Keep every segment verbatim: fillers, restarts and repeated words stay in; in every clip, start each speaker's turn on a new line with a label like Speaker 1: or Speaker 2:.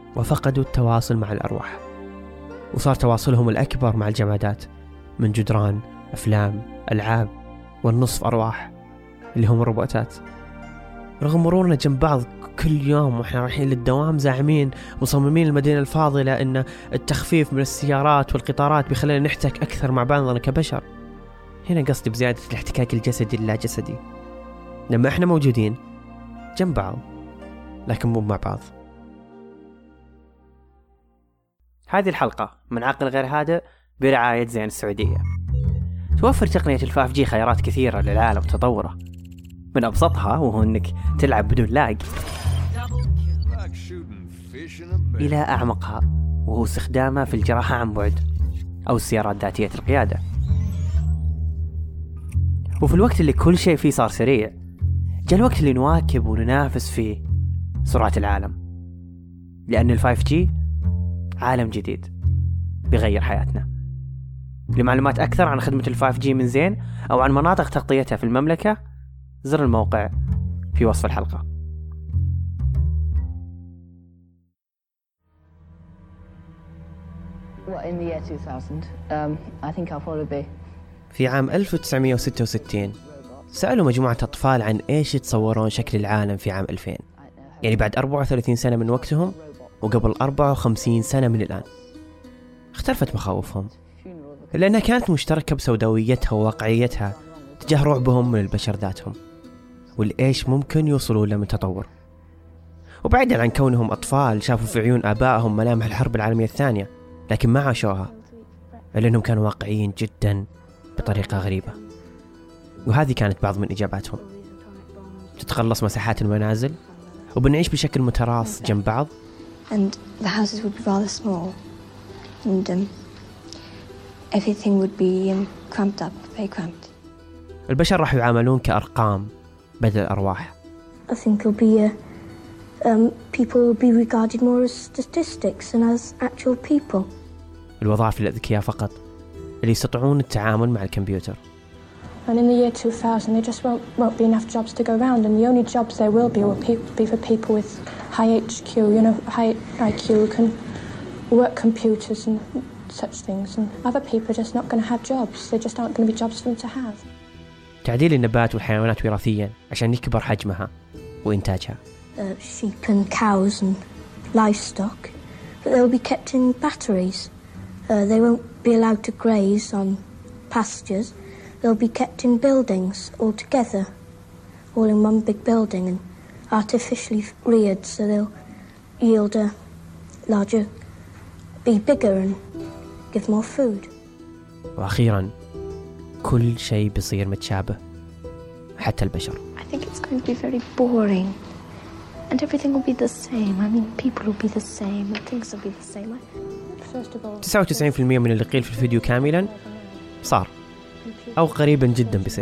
Speaker 1: وفقدوا التواصل مع الأرواح، وصار تواصلهم الأكبر مع الجمادات من جدران، أفلام، ألعاب، والنصف أرواح اللي هم الروبوتات. رغم مرورنا جنب بعض كل يوم وإحنا رايحين للدوام زاعمين مصممين المدينة الفاضلة إن التخفيف من السيارات والقطارات بيخلينا نحتك أكثر مع بعضنا كبشر. هنا قصدي بزيادة الاحتكاك الجسدي اللا جسدي، لما إحنا موجودين جنب بعض لكن مو مع بعض. هذه الحلقة من عقل غير هادئ برعاية زين السعودية. توفر تقنية الفايف جي خيارات كثيرة للعالم وتطوره، من أبسطها وهو أنك تلعب بدون لاج، إلى أعمقها وهو استخدامه في الجراحة عن بعد أو السيارات ذاتية القيادة. وفي الوقت اللي كل شيء فيه صار سريع، جاء الوقت اللي نواكب وننافس فيه سرعة العالم، لأن الفايف جي عالم جديد بيغير حياتنا. لمعلومات أكثر عن خدمة الفايف جي من زين أو عن مناطق تغطيتها في المملكة، زر الموقع في وصف الحلقة. في عام ألف وتسعمائة وستة وستين سألوا مجموعة أطفال عن إيش يتصورون شكل العالم في عام ألفين، يعني بعد أربعة وثلاثين سنة من وقتهم وقبل أربعة وخمسين سنة من الآن. اختلفت مخاوفهم لأنها كانت مشتركة بسوداويتها وواقعيتها تجاه رعبهم من البشر ذاتهم والإيش ممكن يوصلوا له من تطور. وبعيدا عن كونهم أطفال شافوا في عيون آبائهم ملامح الحرب العالمية الثانية، لكن ما عاشوها، لأنهم كانوا واقعيين جدا بطريقة غريبة. وهذه كانت بعض من إجاباتهم: تتخلص مساحات المنازل وبنعيش بشكل متراص جنب بعض.
Speaker 2: And the houses would be rather small and um, everything would be um, cramped up, very cramped.
Speaker 1: البشر راح يعاملون كأرقام بدل أرواح.
Speaker 2: I think it'll be uh, um, people will be regarded more as statistics than as actual people.
Speaker 1: الوظائف للأذكياء فقط اللي يستطيعون التعامل مع الكمبيوتر.
Speaker 3: And in the year two thousand, there just won't, won't be enough jobs to go around, and the only jobs there will be will pe- be for people with high H Q, you know, high I Q, who can work computers and such things. And other people are just not going to have jobs. There just aren't going to be jobs for them to have.
Speaker 1: تعديل النبات والحيوانات وراثيا عشان يكبر حجمها وإنتاجها.
Speaker 2: Uh, sheep and cows and livestock, but they will be kept in batteries. Uh, they won't be allowed to graze on pastures. They'll be kept in buildings all together, all in one big building and artificially reared, so they'll yield a larger, be bigger and give more food.
Speaker 1: وأخيرا كل شيء بيصير متشابه، حتى البشر.
Speaker 2: I think it's going to be very boring and everything will be the same. I mean, people will be the same and things will be the same.
Speaker 1: تسعة وتسعين بالمئة من اللي قيل في الفيديو كاملا صار أو قريبا جدا بيصير.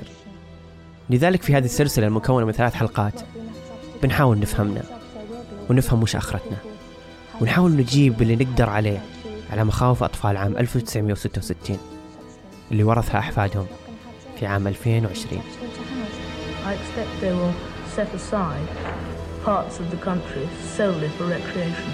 Speaker 1: لذلك في هذه السلسلة المكونة من ثلاث حلقات بنحاول نفهمنا ونفهم وش آخرتنا، ونحاول نجيب اللي نقدر عليه على مخاوف أطفال عام ألف وتسعمائة وستة وستين اللي ورثها أحفادهم في عام ألفين وعشرين.
Speaker 4: I expect they will set aside parts of the country solely for recreation.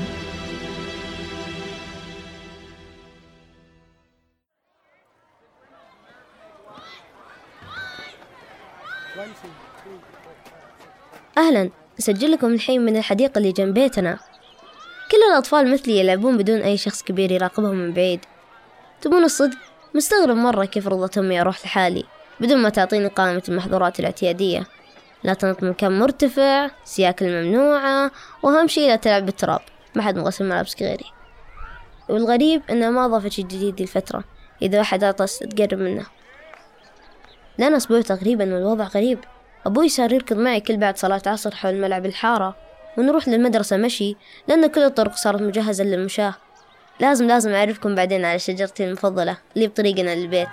Speaker 5: أهلا، أسجل لكم الحين من الحديقة اللي جنب بيتنا. كل الأطفال مثلي يلعبون بدون أي شخص كبير يراقبهم من بعيد. تبون الصدق؟ مستغرب مرة كيف رضت أمي أروح لحالي بدون ما تعطيني قائمة المحظورات الاعتيادية. لا تنط من مكان مرتفع، سياكل ممنوعة، وأهم شيء لا تلعب بالتراب، ما حد مغسل ملابس غيري. والغريب إنها ما أضافت شيء جديد للفترة، إذا واحد عطس تقرب منه. لأنا أسبوع تقريبا والوضع غريب. أبوي صار يركض معي كل بعد صلاة عصر حول ملعب الحارة، ونروح للمدرسة مشي لأن كل الطرق صارت مجهزة للمشاة. لازم لازم أعرفكم بعدين على شجرتي المفضلة اللي بطريقنا للبيت.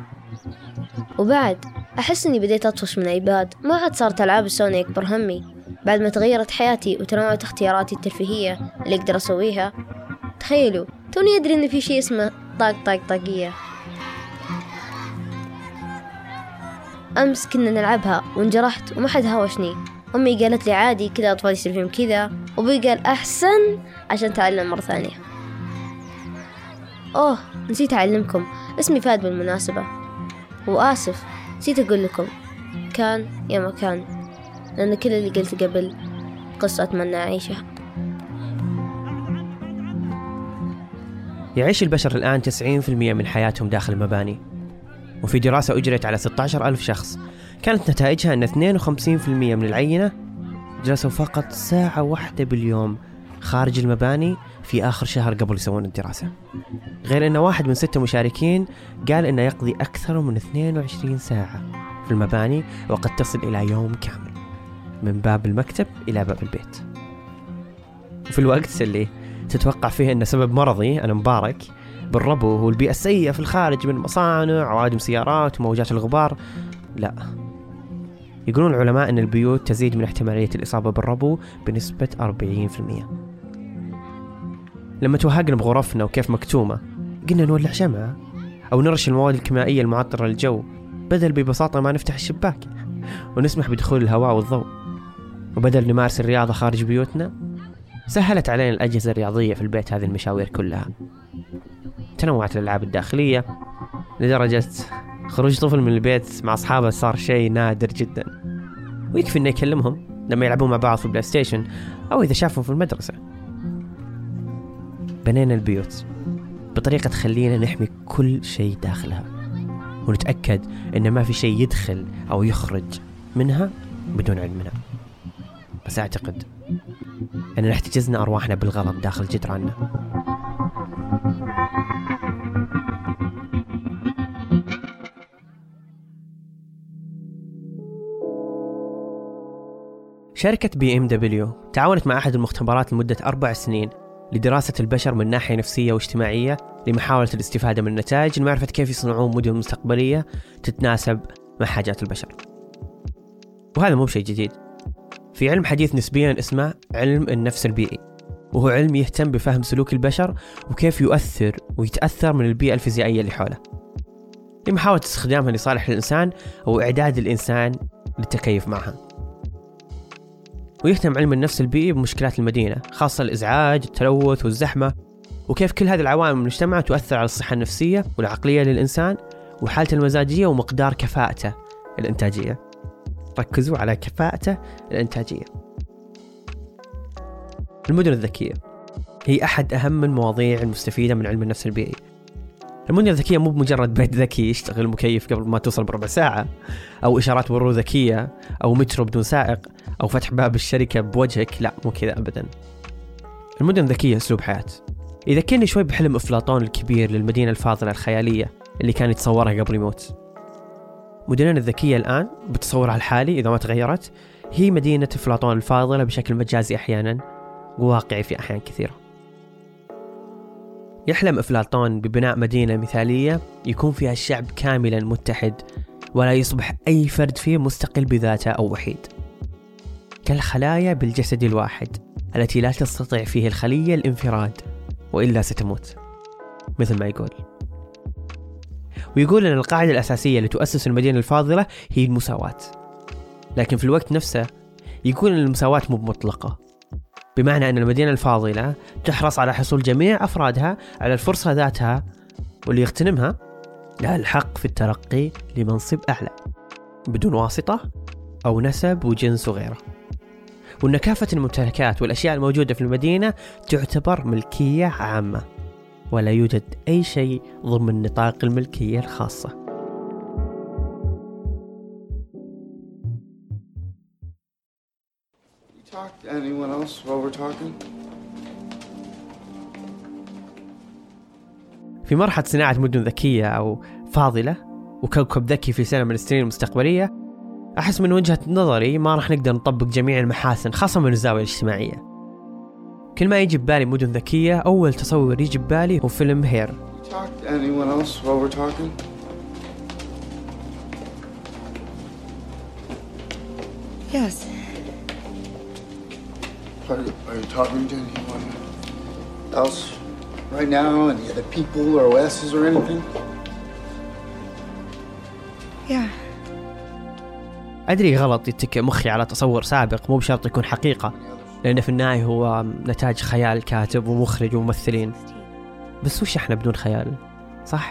Speaker 5: وبعد أحس إني بديت أطفش من أيباد، ما عاد صارت ألعاب السوني أكبر همي. بعد ما تغيرت حياتي وتنوعت اختياراتي الترفيهية اللي أقدر أسويها، تخيلوا توني أدري إن في شيء اسمه طاق طاق طاقية. أمس كنا نلعبها وانجرحت وما حد هاوشني. أمي قالت لي عادي كذا أطفال يصير فيهم كذا، وبي قال أحسن عشان تعلم مرة ثانية. أوه نسيت أعلمكم اسمي فهد بالمناسبة، وآسف نسيت أقول لكم كان يا ما كان، لأن كل اللي قلت قبل قصة أتمنى أعيشها.
Speaker 1: يعيش البشر الآن تسعين بالمئة من حياتهم داخل المباني، وفي دراسة أجرت على ستة عشر ألف شخص كانت نتائجها أن اثنين وخمسين بالمئة من العينة جلسوا فقط ساعة واحدة باليوم خارج المباني في آخر شهر قبل يسوون الدراسة، غير أن واحد من ستة مشاركين قال أنه يقضي أكثر من اثنين وعشرين ساعة في المباني، وقد تصل إلى يوم كامل من باب المكتب إلى باب البيت. وفي الوقت اللي تتوقع فيه أن سبب مرضي أنا مبارك بالربو هو البيئة السيئة في الخارج من مصانع وعوادم سيارات وموجات الغبار، لا، يقولون العلماء أن البيوت تزيد من احتمالية الإصابة بالربو بنسبة أربعين بالمئة. لما توهقنا بغرفنا وكيف مكتومة قلنا نولع شمعة أو نرش المواد الكيميائية المعطرة للجو، بدل ببساطة ما نفتح الشباك ونسمح بدخول الهواء والضوء، وبدل نمارس الرياضة خارج بيوتنا سهلت علينا الأجهزة الرياضية في البيت هذه المشاوير كلها. تنوعت الألعاب الداخلية لدرجة خروج طفل من البيت مع أصحابه صار شيء نادر جدا، ويكفي إنه يكلمهم لما يلعبون مع بعض في البلاي ستيشن أو إذا شافهم في المدرسة. بنينا البيوت بطريقة تخلينا نحمي كل شيء داخلها، ونتأكد إن ما في شيء يدخل أو يخرج منها بدون علمنا. بس أعتقد أننا احتجزنا أرواحنا بالغلط داخل جدراننا. شركة بي ام دبليو تعاونت مع أحد المختبرات لمدة أربع سنين لدراسة البشر من ناحية نفسية واجتماعية لمحاولة الاستفادة من النتائج لمعرفة كيف يصنعون مدن مستقبلية تتناسب مع حاجات البشر. وهذا مو بشيء جديد، في علم حديث نسبيا اسمه علم النفس البيئي، وهو علم يهتم بفهم سلوك البشر وكيف يؤثر ويتأثر من البيئة الفيزيائية اللي حوله لمحاولة استخدامها لصالح الإنسان أو إعداد الإنسان للتكيف معها. ويهتم علم النفس البيئي بمشكلات المدينة، خاصة الإزعاج، التلوث والزحمة، وكيف كل هذه العوامل المجتمع تؤثر على الصحة النفسية والعقلية للإنسان وحالته المزاجية ومقدار كفاءته الإنتاجية. ركزوا على كفاءته الإنتاجية. المدن الذكية هي أحد أهم المواضيع المستفيدة من علم النفس البيئي. المدن الذكية مو بمجرد بيت ذكي يشتغل المكيف قبل ما توصل بربع ساعة، أو إشارات مرور ذكية، أو مترو بدون سائق، أو فتح باب الشركة بوجهك. لا، مو كذا أبدا. المدن الذكية أسلوب حياة. يذكرني شوي بحلم أفلاطون الكبير للمدينة الفاضلة الخيالية اللي كان يتصورها قبل يموت. مدننا الذكية الآن بتصورها الحالي إذا ما تغيرت هي مدينة أفلاطون الفاضلة بشكل مجازي أحيانا وواقعي في أحيان كثيرة. يحلم أفلاطون ببناء مدينة مثالية يكون فيها الشعب كاملا متحد، ولا يصبح أي فرد فيه مستقل بذاته أو وحيد، كالخلايا بالجسد الواحد التي لا تستطيع فيه الخلية الانفراد وإلا ستموت، مثل ما يقول. ويقول أن القاعدة الأساسية لتؤسس المدينة الفاضلة هي المساواة، لكن في الوقت نفسه يقول أن المساواة مو مطلقة، بمعنى أن المدينة الفاضلة تحرص على حصول جميع أفرادها على الفرصة ذاتها، واللي يغتنمها له الحق في الترقي لمنصب أعلى بدون واسطة أو نسب وجنس وغيره، وأن كافة الممتلكات والأشياء الموجودة في المدينة تعتبر ملكية عامة، ولا يوجد أي شيء ضمن نطاق الملكية الخاصة.
Speaker 6: Anyone else while we're talking?
Speaker 1: في مرحلة صناعة مدن ذكية أو فاضلة وكوكب ذكي في سنة من السنين المستقبلية، أحس من وجهة نظري ما راح نقدر نطبق جميع المحاسن خاصة من الزاوية الاجتماعية. كل ما يجي ببالي مدن ذكية أول تصور يجي ببالي هو فيلم هير.
Speaker 6: Anyone else while we're talking?
Speaker 7: Yes.
Speaker 6: Are you, are you talking to anyone else right now? Any other people or O S's or anything?
Speaker 7: Yeah.
Speaker 1: أدري غلط يتكئ مخي على تصور سابق مو بشرط يكون حقيقة، لأنه في النهاية هو نتاج خيال كاتب ومخرج وممثلين. بس وش احنا بدون خيال؟ صح؟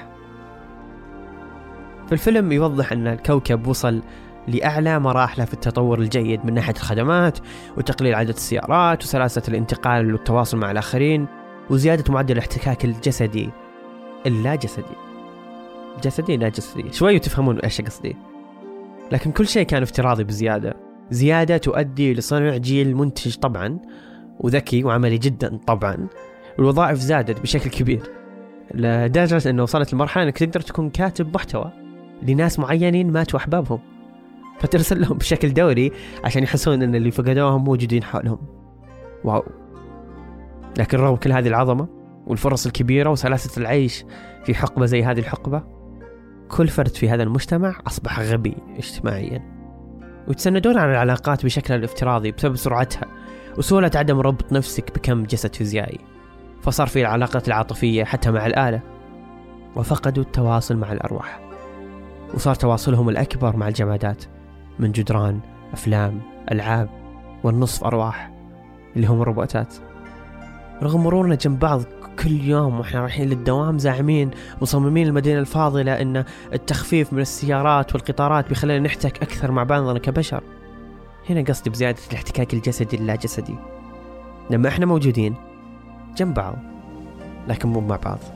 Speaker 1: في الفيلم يوضح أن الكوكب وصل لأعلى مراحله في التطور الجيد من ناحية الخدمات وتقليل عدد السيارات وسلاسة الانتقال والتواصل مع الآخرين وزيادة معدل الاحتكاك الجسدي اللا جسدي جسدي لا جسدي شوي تفهمون إيش قصدي. لكن كل شيء كان افتراضي بزيادة، زيادة تؤدي لصنع جيل منتج طبعا وذكي وعملي جدا طبعا. والوظائف زادت بشكل كبير لدرجة أنه وصلت المرحلة أنك تقدر تكون كاتب محتوى لناس معينين ماتوا أحبابهم، فترسل لهم بشكل دوري عشان يحسون أن اللي فقدوهم موجودين حولهم. واو. لكن رغم كل هذه العظمة والفرص الكبيرة وسلاسة العيش في حقبة زي هذه الحقبة، كل فرد في هذا المجتمع أصبح غبي اجتماعيا، ويتسندون على العلاقات بشكل الافتراضي بسبب سرعتها وسهولة عدم ربط نفسك بكم جسد فيزيائي. فصار في العلاقات العاطفية حتى مع الآلة، وفقدوا التواصل مع الأرواح، وصار تواصلهم الأكبر مع الجمادات من جدران، أفلام، ألعاب، والنصف أرواح اللي هم الروبوتات. رغم مرورنا جنب بعض كل يوم وإحنا رايحين للدوام زاعمين مصممين المدينة الفاضلة إن التخفيف من السيارات والقطارات بيخلينا نحتك أكثر مع بعضنا كبشر. هنا قصدي بزيادة الاحتكاك الجسدي اللا جسدي، لما إحنا موجودين جنب بعض لكن مو مع بعض.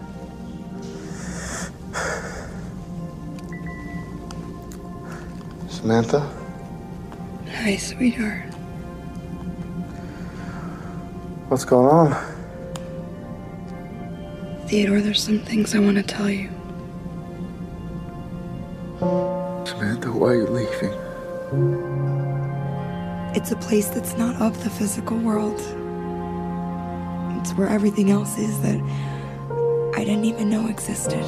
Speaker 6: Samantha?
Speaker 7: Hi, sweetheart.
Speaker 6: What's going on?
Speaker 7: Theodore, there's some things I want to tell you.
Speaker 6: Samantha, why are you leaving?
Speaker 7: It's a place that's not of the physical world. It's where everything else is that I didn't even know existed.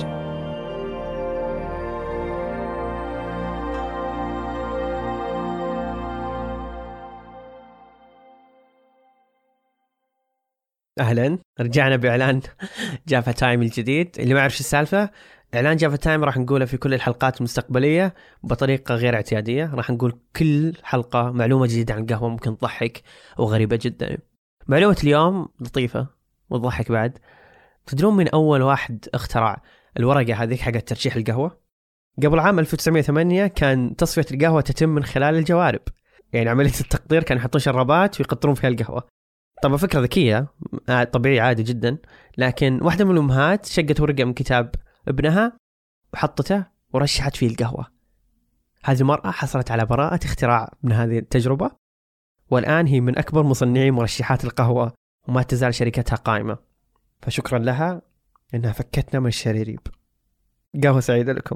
Speaker 1: أهلا، رجعنا بإعلان جافا تايم الجديد. اللي ما يعرف السالفة، إعلان جافا تايم راح نقوله في كل الحلقات المستقبلية بطريقة غير اعتيادية. راح نقول كل حلقة معلومة جديدة عن القهوة ممكن تضحك وغريبة جدا. معلومة اليوم لطيفة وتضحك بعد. تدرون من أول واحد اخترع الورقة هذيك حقت ترشيح القهوة؟ قبل عام ألف وتسعمية وثمانية كان تصفية القهوة تتم من خلال الجوارب، يعني عملية التقطير كانوا يحطون شرابات ويقطرون فيها القهوة. طبعا فكرة ذكية طبيعي عادي جدا، لكن واحدة من الأمهات شقت ورقة من كتاب ابنها وحطته ورشحت فيه القهوة. هذه المرأة حصلت على براءة اختراع من هذه التجربة، والآن هي من أكبر مصنعي مرشحات القهوة وما تزال شركتها قائمة. فشكرا لها إنها فكتنا من الشريريب. قهوة سعيدة لكم.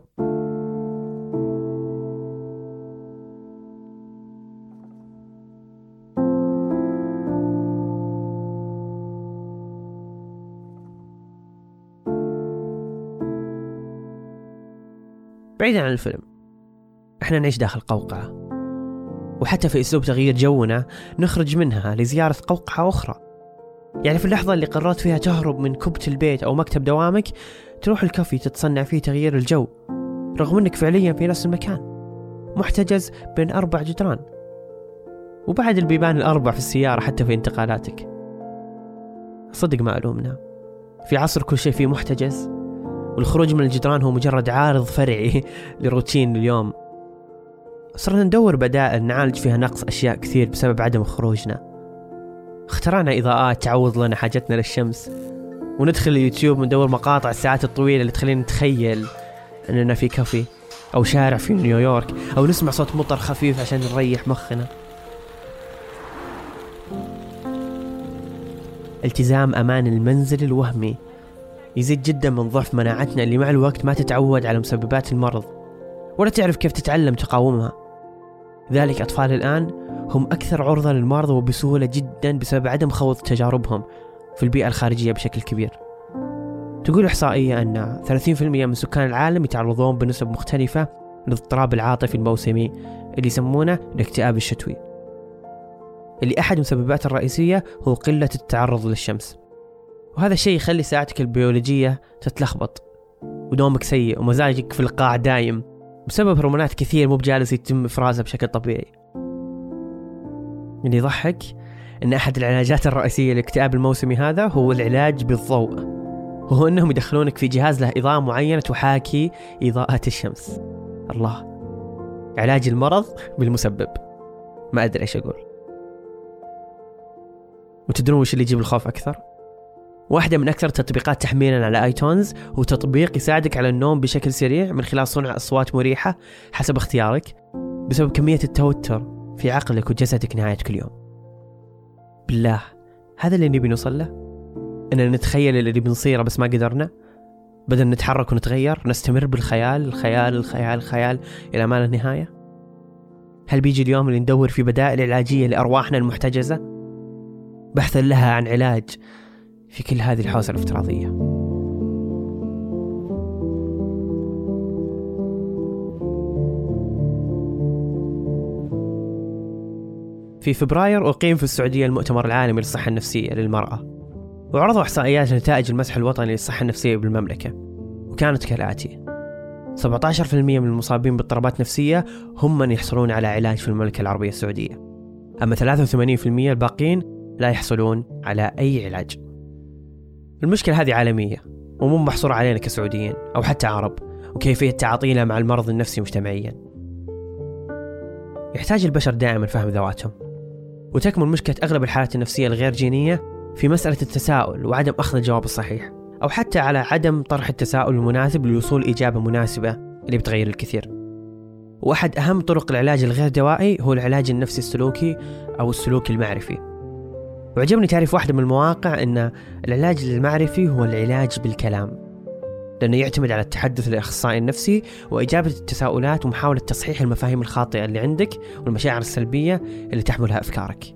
Speaker 1: بعيدا عن الفيلم، احنا نعيش داخل قوقعة، وحتى في اسلوب تغيير جونا نخرج منها لزيارة قوقعة اخرى. يعني في اللحظة اللي قررت فيها تهرب من كبة البيت او مكتب دوامك، تروح الكافي تتصنع فيه تغيير الجو، رغم انك فعليا في نفس المكان محتجز بين اربع جدران، وبعد البيبان الاربع في السيارة حتى في انتقالاتك. صدق ما ألومنا، في عصر كل شيء فيه محتجز، والخروج من الجدران هو مجرد عارض فرعي لروتين اليوم. صرنا ندور بدائل نعالج فيها نقص أشياء كثير بسبب عدم خروجنا. اخترعنا إضاءات تعوض لنا حاجتنا للشمس، وندخل اليوتيوب وندور مقاطع الساعات الطويلة اللي تخلينا نتخيل أننا في كافي أو شارع في نيويورك، أو نسمع صوت مطر خفيف عشان نريح مخنا. التزام أمان المنزل الوهمي يزيد جدا من ضعف مناعتنا اللي مع الوقت ما تتعود على مسببات المرض ولا تعرف كيف تتعلم تقاومها. ذلك أطفال الآن هم أكثر عرضة للمرض وبسهولة جدا بسبب عدم خوض تجاربهم في البيئة الخارجية بشكل كبير. تقول إحصائية أن ثلاثين بالمئة من سكان العالم يتعرضون بنسب مختلفة للاضطراب العاطفي الموسمي اللي يسمونه الاكتئاب الشتوي، اللي أحد مسبباته الرئيسية هو قلة التعرض للشمس. وهذا الشيء يخلي ساعتك البيولوجية تتلخبط ودومك سيء ومزاجك في القاع دايم بسبب هرمونات كثير مو بجالس يتم إفرازها بشكل طبيعي. اللي يضحك أن أحد العلاجات الرئيسية للاكتئاب الموسمي هذا هو العلاج بالضوء، وهو أنهم يدخلونك في جهاز له إضاءة معينة تحاكي إضاءة الشمس. الله، علاج المرض بالمسبب، ما أدري إيش أقول. وتدرون وش اللي يجيب الخوف أكثر؟ واحدة من أكثر تطبيقات تحميلا على آيتونز هو تطبيق يساعدك على النوم بشكل سريع من خلال صنع أصوات مريحة حسب اختيارك بسبب كمية التوتر في عقلك وجسدك نهاية كل يوم. بالله، هذا اللي نبي نوصل له؟ أننا نتخيل اللي بنصيره بس ما قدرنا، بدل نتحرك ونتغير نستمر بالخيال الخيال الخيال الخيال إلى ما لا نهاية. هل بيجي اليوم اللي ندور في بدائل علاجية لأرواحنا المحتجزة بحثا لها عن علاج في كل هذه الحوسة الافتراضية؟ في فبراير أقيم في السعودية المؤتمر العالمي للصحة النفسية للمرأة، وعرضوا إحصائيات نتائج المسح الوطني للصحة النفسية بالمملكة، وكانت كالآتي: سبعة عشر بالمئة من المصابين باضطرابات نفسية هم من يحصلون على علاج في المملكة العربية السعودية، أما ثلاثة وثمانين بالمئة الباقين لا يحصلون على أي علاج. المشكلة هذه عالمية ومو محصورة علينا كسعوديين أو حتى عرب، وكيفية تعاطينا مع المرض النفسي مجتمعيا. يحتاج البشر دائما فهم ذواتهم، وتكمن مشكلة أغلب الحالات النفسية الغير جينية في مسألة التساؤل وعدم أخذ الجواب الصحيح، أو حتى على عدم طرح التساؤل المناسب لوصول إجابة مناسبة اللي بتغير الكثير. وأحد أهم طرق العلاج الغير دوائي هو العلاج النفسي السلوكي أو السلوك المعرفي. وعجبني تعريف واحدة من المواقع أن العلاج المعرفي هو العلاج بالكلام، لأنه يعتمد على التحدث للأخصائي النفسي وإجابة التساؤلات ومحاولة تصحيح المفاهيم الخاطئة اللي عندك والمشاعر السلبية اللي تحملها أفكارك.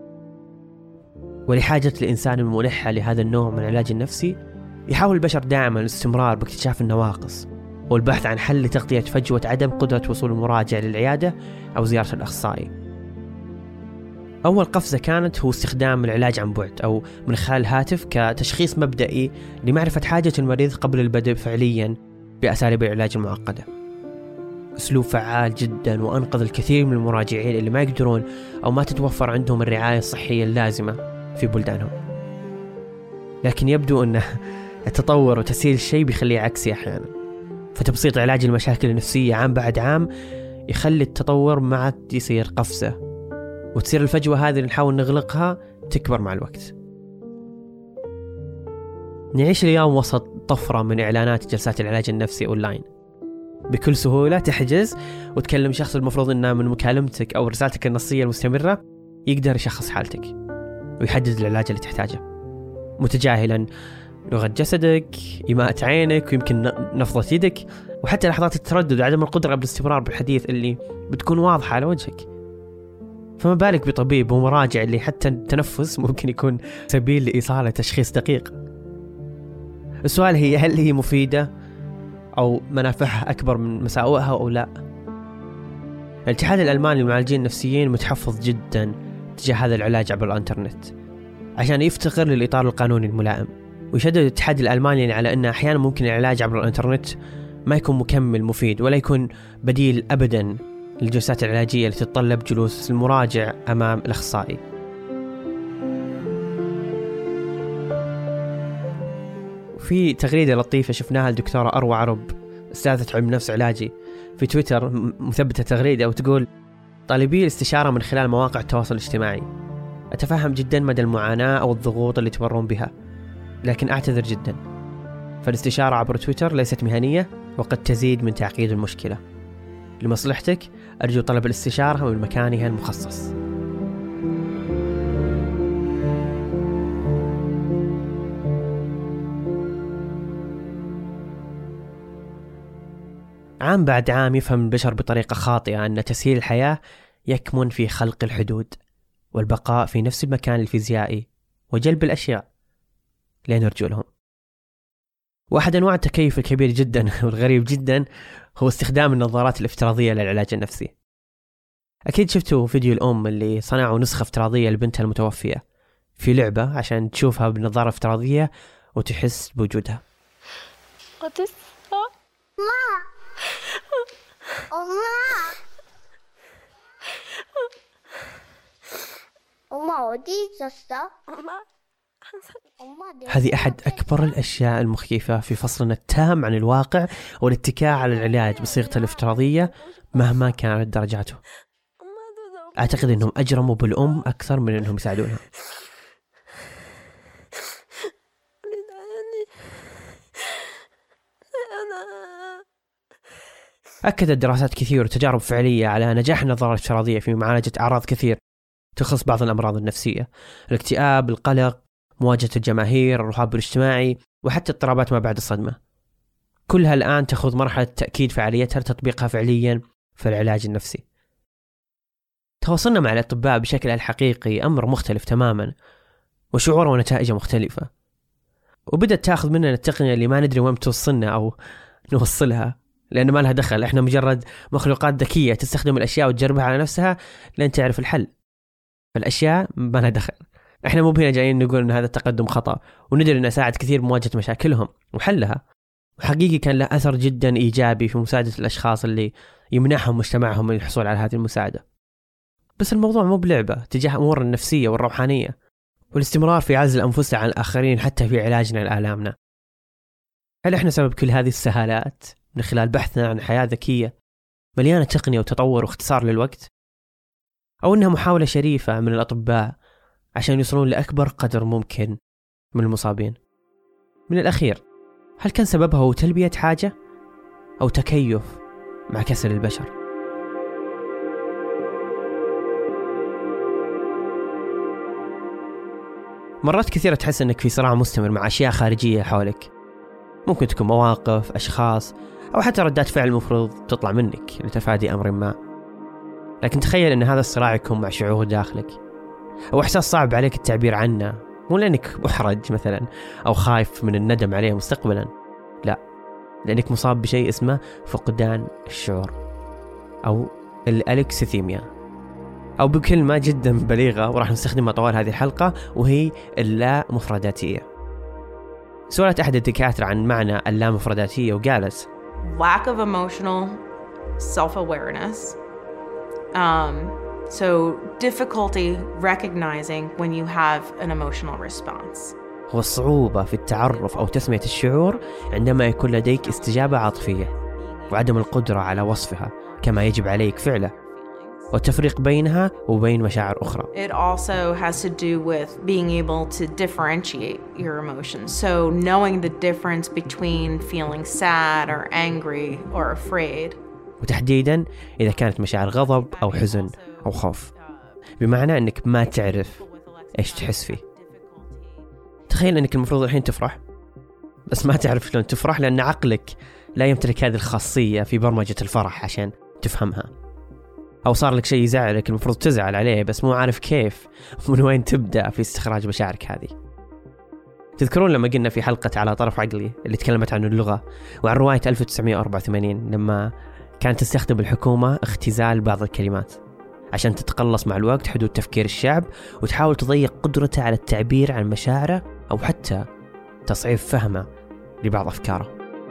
Speaker 1: ولحاجة الإنسان الملحة لهذا النوع من العلاج النفسي، يحاول البشر دائما الاستمرار باكتشاف النواقص والبحث عن حل لتغطية فجوة عدم قدرة وصول المراجع للعيادة أو زيارة الأخصائي. أول قفزة كانت هو استخدام العلاج عن بعد أو من خلال الهاتف كتشخيص مبدئي لمعرفة حاجة المريض قبل البدء فعليا بأساليب العلاج المعقدة. أسلوب فعال جدا وأنقذ الكثير من المراجعين اللي ما يقدرون أو ما تتوفر عندهم الرعاية الصحية اللازمة في بلدانهم. لكن يبدو أن التطور وتسهيل الشيء بيخليه عكسي أحيانا، فتبسيط علاج المشاكل النفسية عام بعد عام يخلي التطور معك يصير قفزة، وتصير الفجوة هذه اللي نحاول نغلقها تكبر مع الوقت. نعيش اليوم وسط طفرة من إعلانات جلسات العلاج النفسي أونلاين. بكل سهولة تحجز وتكلم شخص المفروض أنه من مكالمتك أو رسالتك النصية المستمرة يقدر يشخص حالتك ويحدد العلاج اللي تحتاجه، متجاهلا لغة جسدك، إيماءة عينك، ويمكن نفضة يدك، وحتى لحظات التردد وعدم القدرة بالاستمرار بالحديث اللي بتكون واضحة على وجهك. فما بالك بطبيب ومراجع اللي حتى التنفس ممكن يكون سبيل لإيصال تشخيص دقيق. السؤال هي هل هي مفيدة أو منافعها أكبر من مساوئها أو لا؟ الاتحاد الألماني للمعالجين النفسيين متحفظ جدا تجاه هذا العلاج عبر الإنترنت عشان يفتقر للإطار القانوني الملائم، ويشدد الاتحاد الألماني على أن أحيانا ممكن العلاج عبر الإنترنت ما يكون مكمل مفيد ولا يكون بديل أبدا للجلسات العلاجية اللي تتطلب جلوس المراجع أمام الأخصائي. وفي تغريدة لطيفة شفناها الدكتورة أروى عرب أستاذة علم نفس علاجي في تويتر مثبتة تغريدة وتقول: طالبي الاستشارة من خلال مواقع التواصل الاجتماعي، أتفهم جدا مدى المعاناة أو الضغوط اللي تمرون بها، لكن أعتذر جدا، فالاستشارة عبر تويتر ليست مهنية وقد تزيد من تعقيد المشكلة. لمصلحتك أرجو طلب الاستشارة من مكانها المخصص. عام بعد عام يفهم البشر بطريقة خاطئة أن تسهيل الحياة يكمن في خلق الحدود والبقاء في نفس المكان الفيزيائي وجلب الأشياء لين رجولهم. واحد أنواع التكيف الكبير جدا والغريب جدا هو استخدام النظارات الافتراضية للعلاج النفسي. أكيد شفتوا فيديو الأم اللي صنعوا نسخة افتراضية لبنتها المتوفية في لعبة عشان تشوفها بنظارة افتراضية وتحس بوجودها. هذه أحد أكبر الأشياء المخيفة في فصلنا التام عن الواقع والاتكاء على العلاج بصيغة الافتراضية مهما كانت درجاته. أعتقد أنهم أجرموا بالأم أكثر من أنهم يساعدونها. أكدت دراسات كثير وتجارب فعلية على نجاح النظارة الافتراضية في معالجة أعراض كثير تخص بعض الأمراض النفسية، الاكتئاب، القلق، مواجهة الجماهير، الرهاب الاجتماعي، وحتى اضطرابات ما بعد الصدمة. كلها الآن تأخذ مرحلة تأكيد فعاليتها لتطبيقها فعليا في العلاج النفسي. تواصلنا مع الأطباء بشكل الحقيقي أمر مختلف تماما، وشعوره ونتائجه مختلفة، وبدأت تأخذ مننا التقنية اللي ما ندري وين بتوصلنا أو نوصلها، لأن ما لها دخل. إحنا مجرد مخلوقات ذكية تستخدم الأشياء وتجربها على نفسها لين تعرف الحل. فالأشياء ما لها دخل. إحنا مو هنا جايين نقول إن هذا التقدم خطأ، وندري إنه ساعد كثير بمواجهة مشاكلهم وحلها، وحقيقي كان له أثر جدا إيجابي في مساعدة الأشخاص اللي يمنعهم مجتمعهم من الحصول على هذه المساعدة. بس الموضوع مو بلعبة تجاه أمور النفسية والروحانية والاستمرار في عزل أنفسنا عن الآخرين حتى في علاجنا لآلامنا. هل إحنا سبب كل هذه السهالات من خلال بحثنا عن حياة ذكية مليانة تقنية وتطور واختصار للوقت، أو إنها محاولة شريفة من الأطباء عشان يوصلون لأكبر قدر ممكن من المصابين؟ من الأخير، هل كان سببها هو تلبية حاجة أو تكيف مع كسل البشر؟ مرات كثيرة تحس أنك في صراع مستمر مع أشياء خارجية حولك، ممكن تكون مواقف، أشخاص، أو حتى ردات فعل مفروض تطلع منك لتفادي أمر ما. لكن تخيل أن هذا الصراع يكون مع شعور داخلك أو إحساس صعب عليك التعبير عنه، مو لأنك محرج مثلا أو خايف من الندم عليه مستقبلا، لا، لأنك مصاب بشيء اسمه فقدان الشعور أو الألكسيثيميا، أو بكلمة جدا بليغة وراح نستخدمها طوال هذه الحلقة، وهي اللا مفرداتية. سؤالت أحد الدكاترة عن معنى اللا مفرداتية وقالت:
Speaker 8: lack of emotional self-awareness. Um, so difficulty recognizing when you have an emotional response.
Speaker 1: هو الصعوبة في التعرف أو تسمية الشعور عندما يكون لديك استجابة عاطفية، وعدم القدرة على وصفها كما يجب عليك فعله، والتفريق بينها وبين مشاعر أخرى.
Speaker 8: It also has to do with being able to differentiate your emotions. So knowing the difference between feeling sad or angry or afraid.
Speaker 1: وتحديداً إذا كانت مشاعر غضب أو حزن أو خوف، بمعنى أنك ما تعرف إيش تحس فيه. تخيل أنك المفروض الحين تفرح، بس ما تعرف شلون تفرح لأن عقلك لا يمتلك هذه الخاصية في برمجة الفرح عشان تفهمها. أو صار لك شيء يزعلك المفروض تزعل عليه، بس مو عارف كيف من وين تبدأ في استخراج مشاعرك هذه. تذكرون لما قلنا في حلقة على طرف عقلي اللي تكلمت عن اللغة وعن رواية ألف وتسعمائة وأربعة وثمانين لما كانت تستخدم الحكومة اختزال بعض الكلمات عشان تتقلص مع الوقت حدود تفكير الشعب وتحاول تضيق قدرته على التعبير عن مشاعره أو حتى تصعيب فهمه لبعض أفكاره.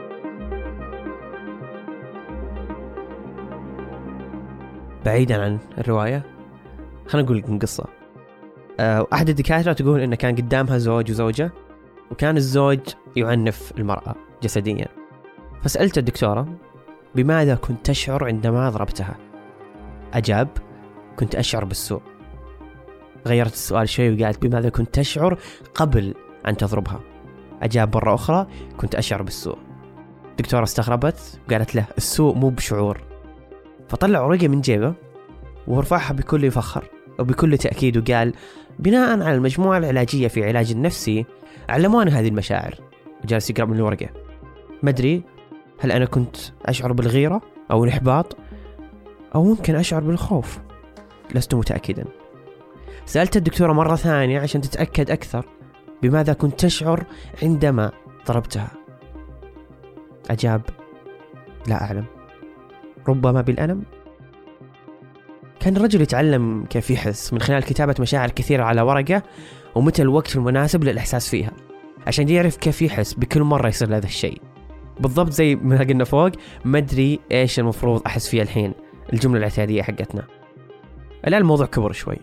Speaker 1: بعيدا عن الرواية، خلينا نقول لكم قصة. أحد الدكاترة تقول إن كان قدامها زوج وزوجة، وكان الزوج يعنف المرأة جسديا، فسألت الدكتورة: بماذا كنت تشعر عندما ضربتها؟ أجاب: كنت أشعر بالسوء. غيرت السؤال شوي وقالت: بماذا كنت تشعر قبل أن تضربها؟ أجاب مرة أخرى: كنت أشعر بالسوء. الدكتورة استغربت وقالت له: السوء مو بشعور. فطلع ورقة من جيبه ورفعها بكل فخر وبكل تأكيد وقال: بناء على المجموعة العلاجية في علاج النفسي علمونا هذه المشاعر. وجالس يقرأ من الورقة: ما أدري هل أنا كنت أشعر بالغيرة أو الإحباط أو ممكن أشعر بالخوف، لست متأكدا. سألت الدكتورة مرة ثانية عشان تتأكد أكثر: بماذا كنت تشعر عندما ضربتها؟ أجاب: لا أعلم، ربما بالألم. كان الرجل يتعلم كيف يحس من خلال كتابة مشاعر كثيرة على ورقة ومتى الوقت المناسب للإحساس فيها، عشان يعرف كيف يحس بكل مرة يصير هذا الشيء. بالضبط زي ما قلنا فوق: ما أدري إيش المفروض أحس فيه الحين، الجملة الاعتيادية حقتنا. الآن الموضوع كبر شوي،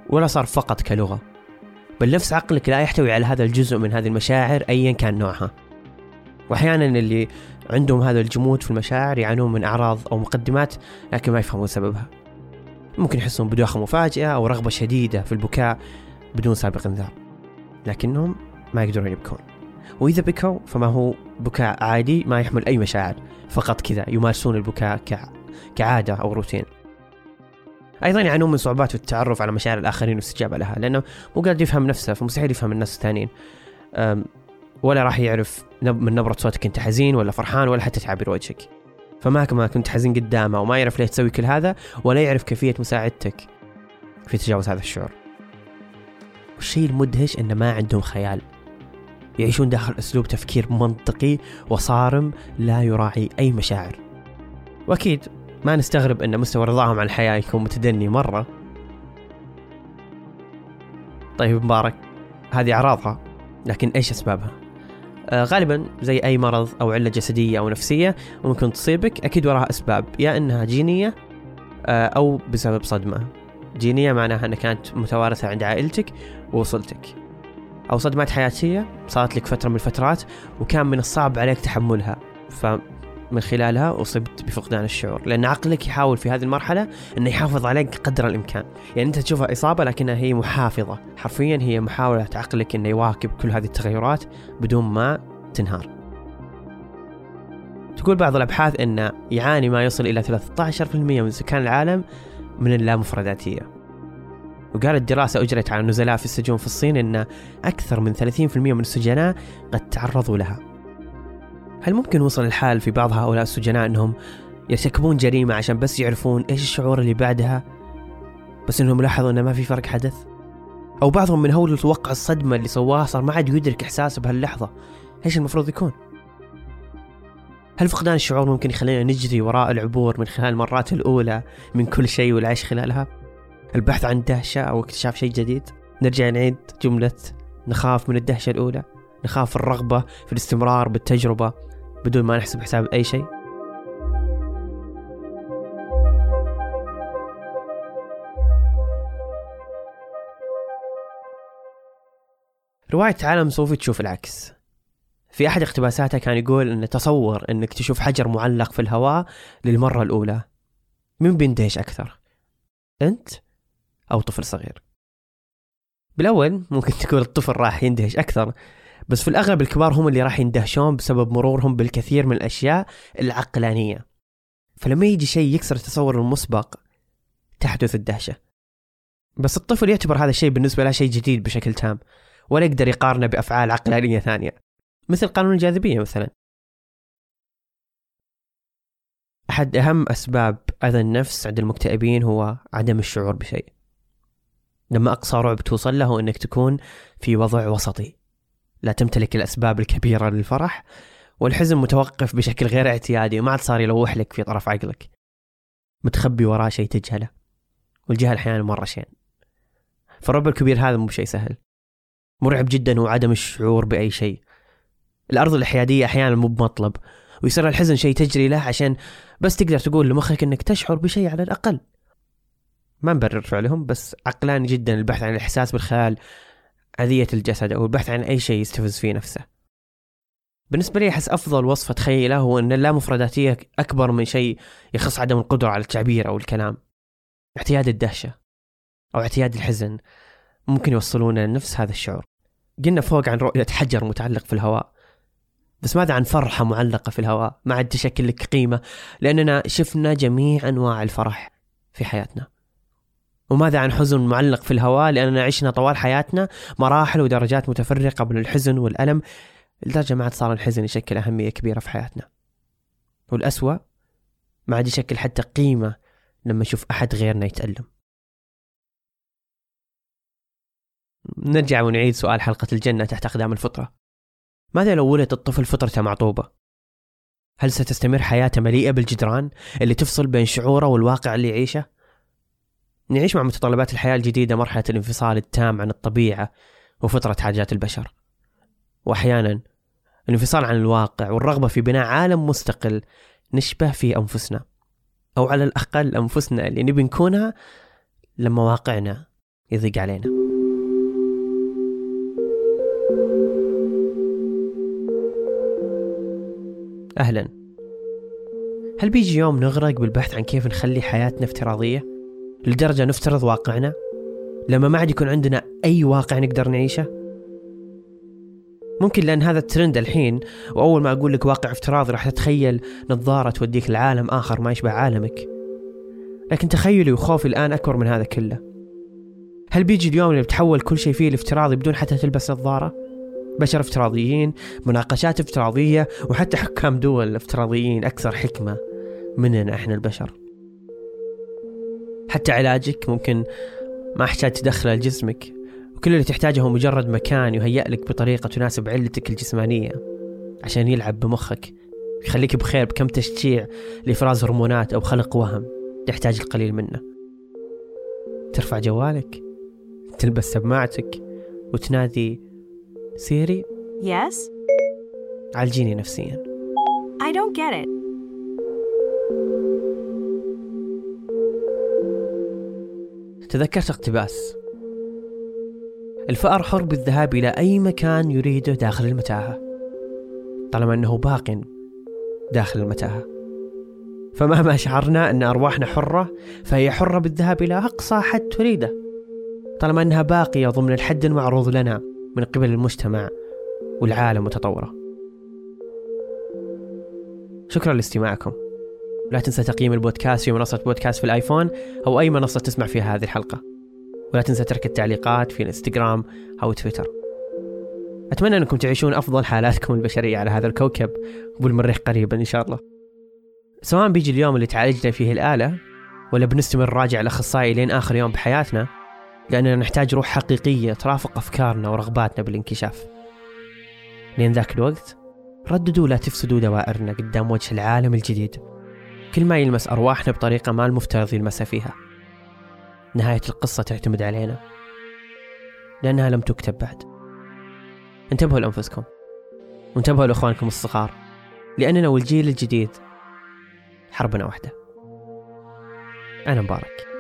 Speaker 1: ولا صار فقط كلغة، بل نفس عقلك لا يحتوي على هذا الجزء من هذه المشاعر أيا كان نوعها. وأحيانا اللي عندهم هذا الجمود في المشاعر يعانون من أعراض أو مقدمات لكن ما يفهمون سببها. ممكن يحسون بدوخة مفاجئة أو رغبة شديدة في البكاء بدون سابق انذار، لكنهم ما يقدرون يبكون، وإذا بكوا فما هو بكاء عادي ما يحمل أي مشاعر، فقط كذا يمارسون البكاء كع... كعادة أو روتين. أيضا يعانون من صعوبات في التعرف على مشاعر الآخرين والاستجابة لها، لأنه مو قادر يفهم نفسه فمستحيل يفهم الناس الثانيين، ولا راح يعرف من نبرة صوتك أنت حزين ولا فرحان ولا حتى تعبير وجهك. فما كما كنت حزين قدامه وما يعرف ليه تسوي كل هذا ولا يعرف كيفية مساعدتك في تجاوز هذا الشعور. والشيء المدهش أن ما عندهم خيال، يعيشون داخل أسلوب تفكير منطقي وصارم لا يراعي أي مشاعر. وأكيد ما نستغرب أن مستوى رضاهم عن الحياة يكون متدني مرة. طيب مبارك، هذه أعراضها، لكن إيش أسبابها؟ آه غالبا زي أي مرض أو علة جسدية أو نفسية وممكن تصيبك أكيد وراها أسباب، يا أنها جينية آه أو بسبب صدمة. جينية معناها أنها كانت متوارثة عند عائلتك ووصلتك، أو صدمات حياتية صارت لك فترة من الفترات وكان من الصعب عليك تحملها، فمن خلالها أصبت بفقدان الشعور، لأن عقلك يحاول في هذه المرحلة أنه يحافظ عليك قدر الإمكان. يعني أنت تشوفها إصابة لكنها هي محافظة، حرفيا هي محاولة عقلك أنه يواكب كل هذه التغيرات بدون ما تنهار. تقول بعض الأبحاث أن يعاني ما يصل إلى ثلاثة عشر بالمئة من سكان العالم من اللامفرداتية. وقالت دراسة أجرت على النزلاء في السجون في الصين أن أكثر من ثلاثين بالمئة من السجناء قد تعرضوا لها. هل ممكن وصل الحال في بعض هؤلاء السجناء أنهم يرتكبون جريمة عشان بس يعرفون إيش الشعور اللي بعدها، بس أنهم لاحظوا أن ما في فرق حدث؟ أو بعضهم من هول توقع الصدمة اللي سواها صار ما عاد يدرك إحساسه بهاللحظة إيش المفروض يكون؟ هل فقدان الشعور ممكن يخلينا نجري وراء العبور من خلال المرات الأولى من كل شيء والعيش خلالها؟ البحث عن دهشة أو اكتشاف شيء جديد؟ نرجع نعيد جملة نخاف من الدهشة الأولى، نخاف الرغبة في الاستمرار بالتجربة بدون ما نحسب حساب أي شيء. رواية عالم صوفي تشوف العكس. في أحد اقتباساتها كان يقول أن تصور أنك تشوف حجر معلق في الهواء للمرة الأولى، من بيندهش أكثر، أنت أو طفل صغير؟ بالأول ممكن تقول الطفل راح يندهش أكثر، بس في الأغلب الكبار هم اللي راح يندهشون بسبب مرورهم بالكثير من الأشياء العقلانية. فلما يجي شيء يكسر التصور المسبق تحدث الدهشة. بس الطفل يعتبر هذا الشيء بالنسبة له شيء جديد بشكل تام، ولا يقدر يقارنه بأفعال عقلانية ثانية مثل قانون الجاذبية مثلا. أحد أهم أسباب أذى النفس عند المكتئبين هو عدم الشعور بشيء. لما أقصى رعب توصل له أنك تكون في وضع وسطي، لا تمتلك الأسباب الكبيرة للفرح، والحزن متوقف بشكل غير اعتيادي وما عاد صار يلوح لك في طرف عقلك، متخبي وراء شيء تجهله، والجهل أحيانا مرة شين. فالرعب الكبير هذا مو شيء سهل، مرعب جدا هو عدم الشعور بأي شيء. الأرض الحيادية أحيانا مو بمطلب، ويصير الحزن شيء تجري له عشان بس تقدر تقول لمخك أنك تشعر بشيء على الأقل. ما نبرر فعلهم، بس عقلاني جدا البحث عن الإحساس بالخيال، أذية الجسد، أو البحث عن أي شيء يستفز فيه نفسه. بالنسبة لي أحس أفضل وصف تخيله هو أن اللامفرداتية أكبر من شيء يخص عدم القدرة على التعبير أو الكلام. اعتياد الدهشة أو اعتياد الحزن ممكن يوصلونا لنفس هذا الشعور. قلنا فوق عن رؤية حجر متعلق في الهواء، بس ماذا عن فرحة معلقة في الهواء ما عاد تشكل لك قيمة لأننا شفنا جميع أنواع الفرح في حياتنا؟ وماذا عن حزن معلق في الهواء لأننا عشنا طوال حياتنا مراحل ودرجات متفرقة من الحزن والألم لدرجة ما عاد صار الحزن يشكل أهمية كبيرة في حياتنا. والأسوأ ما عاد يشكل حتى قيمة لما نشوف أحد غيرنا يتألم. نرجع ونعيد سؤال حلقة الجنة تحت أقدام الفطرة. ماذا لو ولد الطفل فطرته معطوبة؟ هل ستستمر حياته مليئة بالجدران اللي تفصل بين شعوره والواقع اللي يعيشه؟ نعيش مع متطلبات الحياة الجديدة مرحلة الانفصال التام عن الطبيعة وفطرة حاجات البشر، وأحيانا الانفصال عن الواقع والرغبة في بناء عالم مستقل نشبه فيه أنفسنا، أو على الأقل أنفسنا اللي نبي نكونها لما واقعنا يضيق علينا. أهلا. هل بيجي يوم نغرق بالبحث عن كيف نخلي حياتنا افتراضية لدرجة نفترض واقعنا لما ما عاد يكون عندنا أي واقع نقدر نعيشه؟ ممكن لأن هذا الترند الحين، وأول ما أقول لك واقع افتراضي راح تتخيل نظارة توديك لعالم آخر ما يشبه عالمك. لكن تخيلي وخوفي الآن أكبر من هذا كله. هل بيجي اليوم اللي بتحول كل شيء فيه الافتراضي بدون حتى تلبس نظارة؟ بشر افتراضيين، مناقشات افتراضية، وحتى حكام دول افتراضيين أكثر حكمة مننا إحنا البشر. حتى علاجك ممكن ما احتاج تدخله لجسمك، وكل اللي تحتاجه هو مجرد مكان يهيأ لك بطريقة تناسب علتك الجسمانية عشان يلعب بمخك، يخليك بخير بكم تشجيع لإفراز هرمونات أو خلق وهم تحتاج القليل منه. ترفع جوالك، تلبس سماعتك وتنادي سيري
Speaker 9: Yes?
Speaker 1: عالجيني نفسيا.
Speaker 9: I don't get it.
Speaker 1: تذكرت اقتباس: الفأر حر بالذهاب إلى أي مكان يريده داخل المتاهة طالما أنه باق داخل المتاهة. فمهما شعرنا أن أرواحنا حرة فهي حرة بالذهاب إلى أقصى حد تريده طالما أنها باقية ضمن الحد المعروض لنا من قبل المجتمع والعالم متطورة. شكرا لاستماعكم. لا تنسى تقييم البودكاست في منصة بودكاست في الآيفون أو أي منصة تسمع فيها هذه الحلقة، ولا تنسى ترك التعليقات في الانستغرام أو تويتر. أتمنى أنكم تعيشون أفضل حالاتكم البشرية على هذا الكوكب وبالمريخ قريبا إن شاء الله. سواء بيجي اليوم اللي تعالجنا فيه الآلة ولا بنستمر راجع الأخصائي لين آخر يوم بحياتنا، لأننا نحتاج روح حقيقية ترافق أفكارنا ورغباتنا بالانكشاف. لين ذاك الوقت رددوا لا تفسدوا دوائرنا قدام وجه العالم الجديد، كل ما يلمس أرواحنا بطريقة ما المفترض يلمسها فيها. نهاية القصة تعتمد علينا لأنها لم تكتب بعد. انتبهوا لأنفسكم وانتبهوا لأخوانكم الصغار، لأننا والجيل الجديد حربنا واحدة. أنا مبارك.